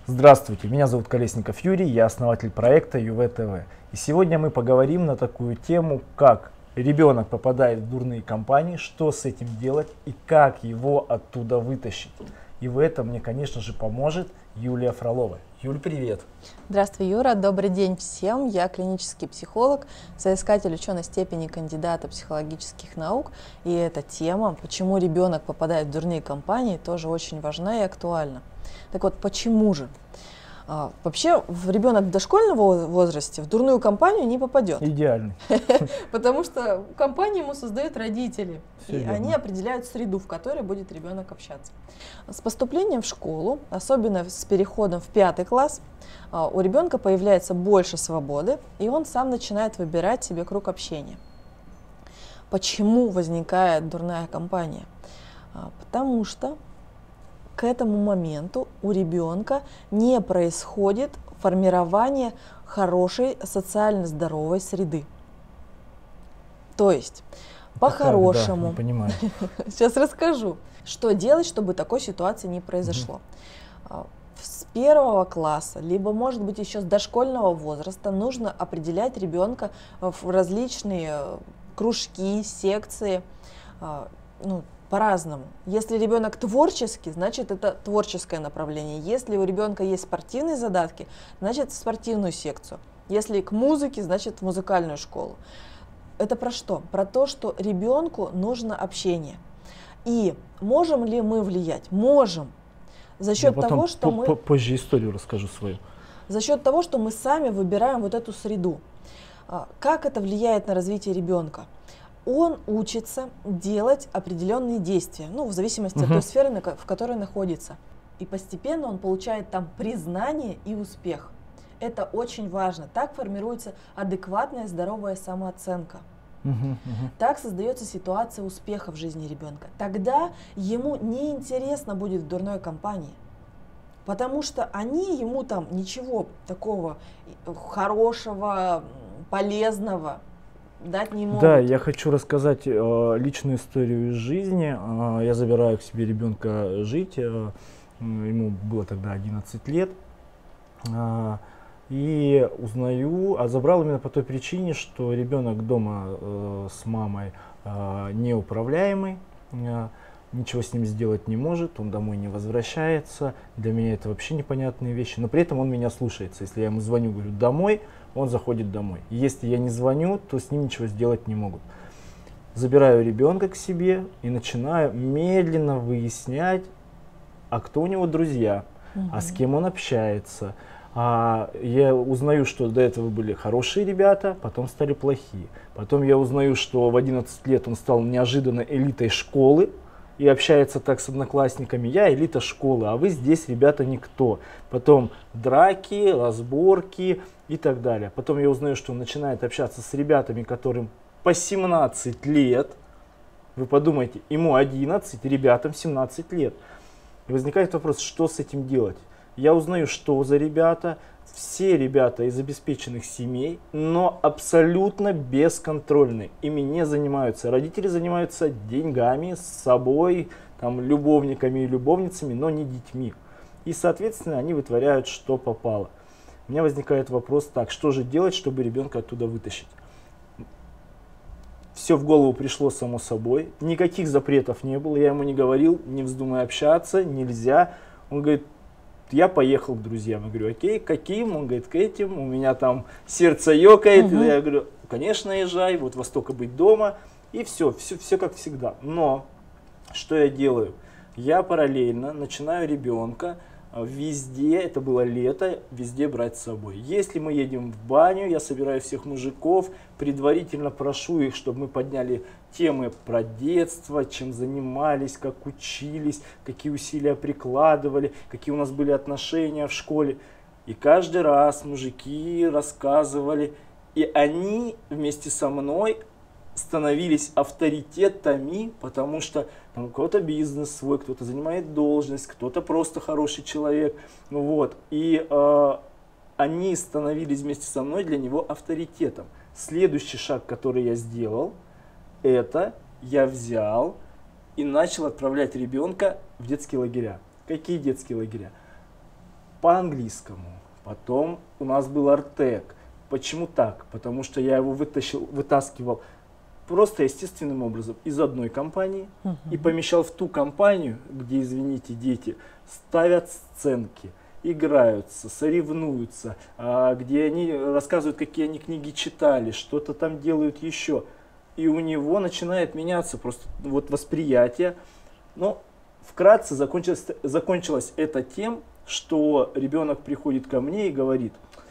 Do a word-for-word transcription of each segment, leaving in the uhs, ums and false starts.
Здравствуйте, меня зовут Колесников Юрий, я основатель проекта ю вэ тэ вэ. И сегодня мы поговорим на такую тему, как ребенок попадает в дурные компании, что с этим делать и как его оттуда вытащить. И в этом мне, конечно же, поможет Юлия Фролова. Юль, привет! Здравствуй, Юра, добрый день всем. Я клинический психолог, соискатель ученой степени кандидата психологических наук. И эта тема, почему ребенок попадает в дурные компании, тоже очень важна и актуальна. Так вот, почему же? А, вообще, в ребенок в дошкольном возрасте в дурную компанию не попадет. Идеальный. Потому что компанию ему создают родители. Все И верно. они определяют среду, в которой будет ребенок общаться. С поступлением в школу, особенно с переходом в пятый класс, у ребенка появляется больше свободы, и он сам начинает выбирать себе круг общения. Почему возникает дурная компания? Потому что к этому моменту у ребенка не происходит формирование хорошей социально здоровой среды. То есть, по-хорошему, да, сейчас расскажу, что делать, чтобы такой ситуации не произошло. Угу. С первого класса, либо, может быть, еще с дошкольного возраста нужно определять ребенка в различные кружки, секции, ну, по-разному. Если ребенок творческий, значит это творческое направление. Если у ребенка есть спортивные задатки, значит в спортивную секцию. Если к музыке, значит в музыкальную школу. Это про что? Про то, что ребенку нужно общение. И можем ли мы влиять? Можем. За счет того, что мы... Позже историю расскажу свою. За счет того, что мы сами выбираем вот эту среду. Как это влияет на развитие ребенка? Он учится делать определенные действия, ну, в зависимости uh-huh. от той сферы, в которой находится. И постепенно он получает там признание и успех. Это очень важно. Так формируется адекватная, здоровая самооценка. Uh-huh, uh-huh. Так создается ситуация успеха в жизни ребенка. Тогда ему неинтересно будет в дурной компании. Потому что они ему там ничего такого хорошего, полезного дать не могут. Да, я хочу рассказать э, личную историю из жизни. Э, я забираю к себе ребенка жить. Э, ему было тогда одиннадцать лет. Э, и узнаю, а забрал именно по той причине, что ребенок дома э, с мамой э, неуправляемый. Э, ничего с ним сделать не может, он домой не возвращается. Для меня это вообще непонятные вещи. Но при этом он меня слушается. Если я ему звоню, говорю домой, он заходит домой. Если я не звоню, то с ним ничего сделать не могут. Забираю ребенка к себе и начинаю медленно выяснять, а кто у него друзья, угу. а с кем он общается. А я узнаю, что до этого были хорошие ребята, потом стали плохие. Потом я узнаю, что в одиннадцать лет он стал неожиданно элитой школы и общается так с одноклассниками. Я элита школы, а вы здесь, ребята, никто. Потом драки, разборки и так далее. Потом я узнаю, что он начинает общаться с ребятами, которым по семнадцать лет. Вы подумайте, ему одиннадцать, ребятам семнадцать лет. И возникает вопрос, что с этим делать? Я узнаю, что за ребята. Все ребята из обеспеченных семей, но абсолютно бесконтрольны. Ими не занимаются. Родители занимаются деньгами, с собой, там, любовниками и любовницами, но не детьми. И, соответственно, они вытворяют, что попало. У меня возникает вопрос, так, что же делать, чтобы ребенка оттуда вытащить? Все в голову пришло само собой. Никаких запретов не было. Я ему не говорил, не вздумай общаться, нельзя. Он говорит, я поехал к друзьям. Я говорю, окей, каким? Он говорит, к этим. У меня там сердце ёкает. Угу. Я говорю, конечно, езжай, вот во столько быть дома. И все, все, все как всегда. Но что я делаю? Я параллельно начинаю ребенка везде, это было лето, везде брать с собой. Если мы едем в баню, я собираю всех мужиков, предварительно прошу их, чтобы мы подняли темы про детство, чем занимались, как учились, какие усилия прикладывали, какие у нас были отношения в школе. И каждый раз мужики рассказывали, и они вместе со мной становились авторитетами, потому что там, у кого-то бизнес свой, кто-то занимает должность, кто-то просто хороший человек. Вот. И э, они становились вместе со мной для него авторитетом. Следующий шаг, который я сделал, это я взял и начал отправлять ребенка в детские лагеря. Какие детские лагеря? по английскому, потом у нас был Артек. Почему так? Потому что я его вытащил, вытаскивал просто естественным образом из одной компании uh-huh. и помещал в ту компанию, где, извините, дети ставят сценки, играются, соревнуются, а, где они рассказывают, какие они книги читали, что-то там делают еще. И у него начинает меняться просто вот восприятие. Но вкратце закончилось, закончилось это тем, что ребенок приходит ко мне и говорит: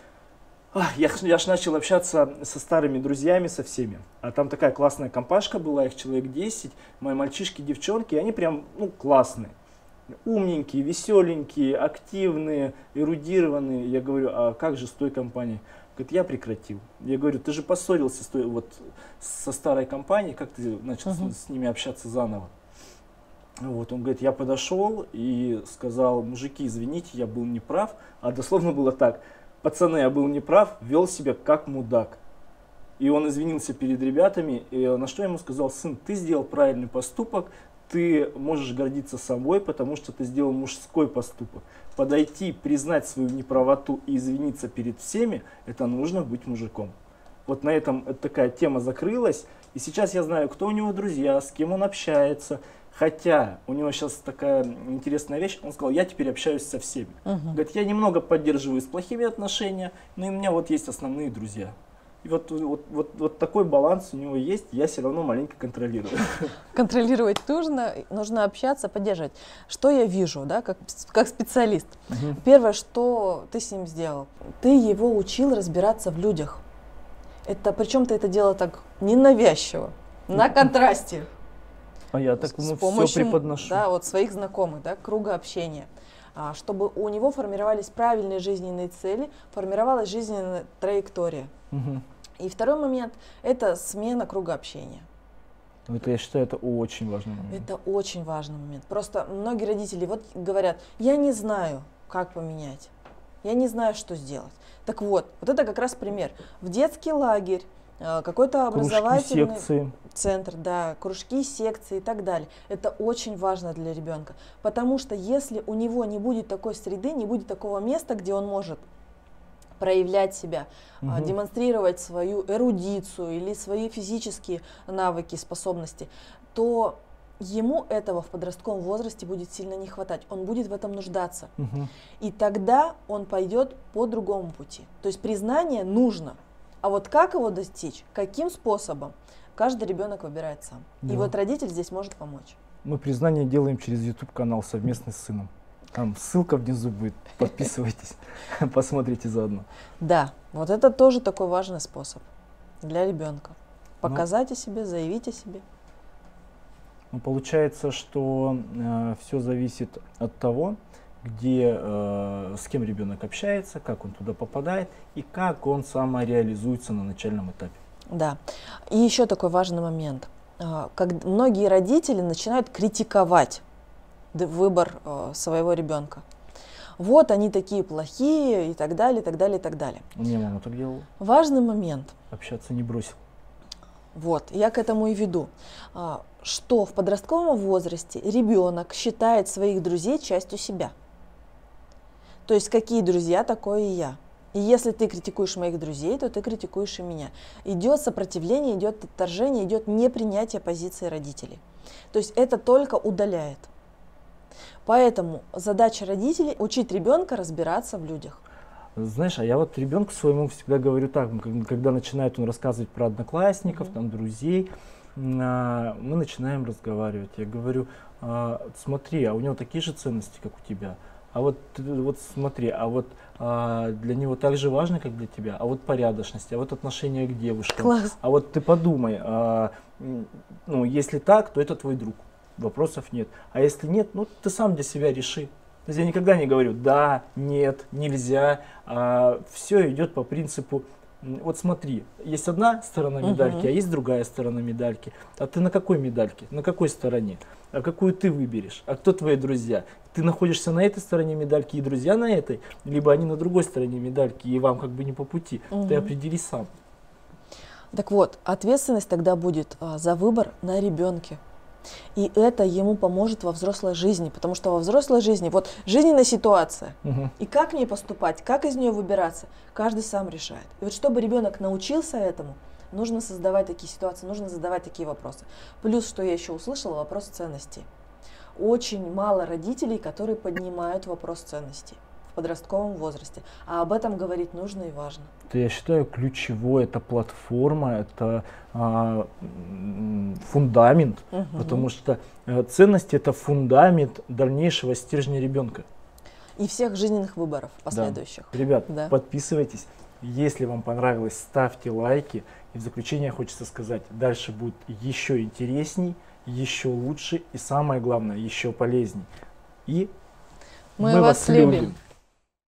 Я, я ж начал общаться со старыми друзьями, со всеми. А там такая классная компашка была, их человек десять. Мои мальчишки, девчонки, они прям, ну, классные. Умненькие, веселенькие, активные, эрудированные. Я говорю: а как же с той компанией? Говорит: я прекратил. Я говорю: ты же поссорился с той, вот, со старой компанией, как ты начал uh-huh. с, с ними общаться заново? Вот, он говорит: я подошел и сказал: мужики, извините, я был неправ. А дословно было так: пацаны, я был неправ, вел себя как мудак. И он извинился перед ребятами, и на что я ему сказал: сын, ты сделал правильный поступок, ты можешь гордиться собой, потому что ты сделал мужской поступок. Подойти, признать свою неправоту и извиниться перед всеми, это нужно быть мужиком. Вот на этом такая тема закрылась, и сейчас я знаю, кто у него друзья, с кем он общается. Хотя у него сейчас такая интересная вещь, он сказал: я теперь общаюсь со всеми. Uh-huh. Говорит: я немного поддерживаю с плохими отношения, но у меня вот есть основные друзья. И вот, вот, вот, вот такой баланс у него есть, я все равно маленько контролирую. Контролировать нужно, нужно общаться, поддерживать. Что я вижу, да, как, как специалист? Uh-huh. Первое, что ты с ним сделал, ты его учил разбираться в людях. Это, причем ты это делал так ненавязчиво, на контрасте. А я так ему все преподношу. Да, вот своих знакомых, да, круга общения. А, чтобы у него формировались правильные жизненные цели, формировалась жизненная траектория. Угу. И второй момент – это смена круга общения. Это, я считаю, это очень важный момент. Это очень важный момент. Просто многие родители вот говорят: я не знаю, как поменять, я не знаю, что сделать. Так вот, вот это как раз пример. В детский лагерь, какой-то образовательный кружки, секции. Центр, да, кружки, секции и так далее. Это очень важно для ребенка, потому что если у него не будет такой среды, не будет такого места, где он может проявлять себя, угу. демонстрировать свою эрудицию или свои физические навыки, способности, то ему этого в подростковом возрасте будет сильно не хватать. Он будет в этом нуждаться. Угу. И тогда он пойдет по другому пути. То есть признание нужно. А вот как его достичь, каким способом, каждый ребенок выбирает сам. Да. И вот родитель здесь может помочь. Мы признание делаем через YouTube-канал совместно с сыном. Там ссылка внизу будет. Подписывайтесь, посмотрите заодно. Да, вот это тоже такой важный способ для ребенка. Показать о себе, заявить о себе. Ну, получается, что э, все зависит от того, где, э, с кем ребенок общается, как он туда попадает и как он самореализуется на начальном этапе. Да. И еще такой важный момент. Как многие родители начинают критиковать выбор э, своего ребенка. Вот они такие плохие и так далее, и так далее, и так далее. У меня мама так делала. Важный момент. Общаться не бросил. Вот, я к этому и веду. Что в подростковом возрасте ребенок считает своих друзей частью себя. То есть какие друзья, такое и я. И если ты критикуешь моих друзей, то ты критикуешь и меня. Идет сопротивление, идет отторжение, идет непринятие позиции родителей. То есть это только удаляет. Поэтому задача родителей – учить ребенка разбираться в людях. Знаешь, а я вот ребенку своему всегда говорю так, когда начинает он рассказывать про одноклассников, mm-hmm. там, друзей, мы начинаем разговаривать. Я говорю: смотри, а у него такие же ценности, как у тебя. А вот, вот смотри, а вот а, для него так же важно, как для тебя, а вот порядочность, а вот отношение к девушкам. Класс. А вот ты подумай, а, ну, если так, то это твой друг, вопросов нет. А если нет, ну, ты сам для себя реши. То есть я никогда не говорю да, нет, нельзя, а, все идет по принципу: вот смотри, есть одна сторона медальки, uh-huh. а есть другая сторона медальки. А ты на какой медальке, на какой стороне? А какую ты выберешь? А кто твои друзья? Ты находишься на этой стороне медальки и друзья на этой, либо они на другой стороне медальки и вам как бы не по пути. Uh-huh. Ты определи сам. Так вот, ответственность тогда будет а, за выбор на ребенке. И это ему поможет во взрослой жизни, потому что во взрослой жизни, вот жизненная ситуация, Угу. и как мне поступать, как из нее выбираться, каждый сам решает. И вот чтобы ребенок научился этому, нужно создавать такие ситуации, нужно задавать такие вопросы. Плюс, что я еще услышала, вопрос ценностей. Очень мало родителей, которые поднимают вопрос ценностей в подростковом возрасте, а об этом говорить нужно и важно. Это, я считаю, ключевой, это платформа, это а, м, фундамент, Мгм. потому что э, ценности это фундамент дальнейшего стержня ребенка. И всех жизненных выборов последующих. Ребят, Да. подписывайтесь. Если вам понравилось, ставьте лайки. И в заключение хочется сказать, дальше будет еще интересней, еще лучше и самое главное, еще полезней. И Мы вас любим.